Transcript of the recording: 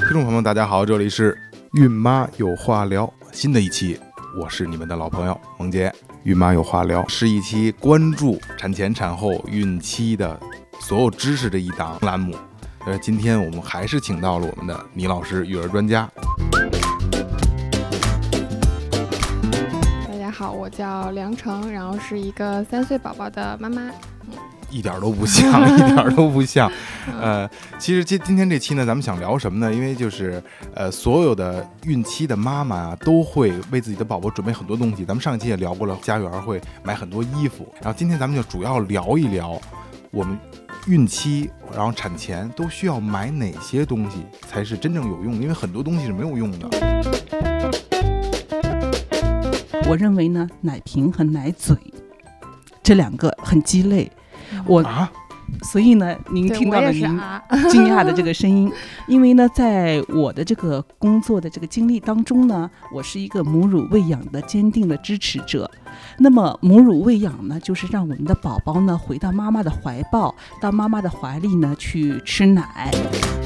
听众朋友们大家好，这里是孕妈有话聊，新的一期，我是你们的老朋友萌姐。孕妈有话聊是一期关注产前产后孕期的所有知识的一档栏目。今天我们还是请到了我们的倪老师，育儿专家。 大家好，我叫梁成，然后是一个3岁宝宝的妈妈。 一点都不像，一点都不像。其实今天这期呢，咱们想聊什么呢？因为就是所有的孕期的妈妈啊，都会为自己的宝宝准备很多东西。咱们上一期也聊过了，家园会买很多衣服。然后今天咱们就主要聊一聊我们孕期，然后产前都需要买哪些东西才是真正有用的，因为很多东西是没有用的。 我认为呢，奶瓶和奶嘴这两个很鸡肋。所以呢，您听到了您惊讶的这个声音，因为呢，在我的这个工作的这个经历当中呢，我是一个母乳喂养的坚定的支持者。那么母乳喂养呢，就是让我们的宝宝呢回到妈妈的怀抱，到妈妈的怀里呢去吃奶。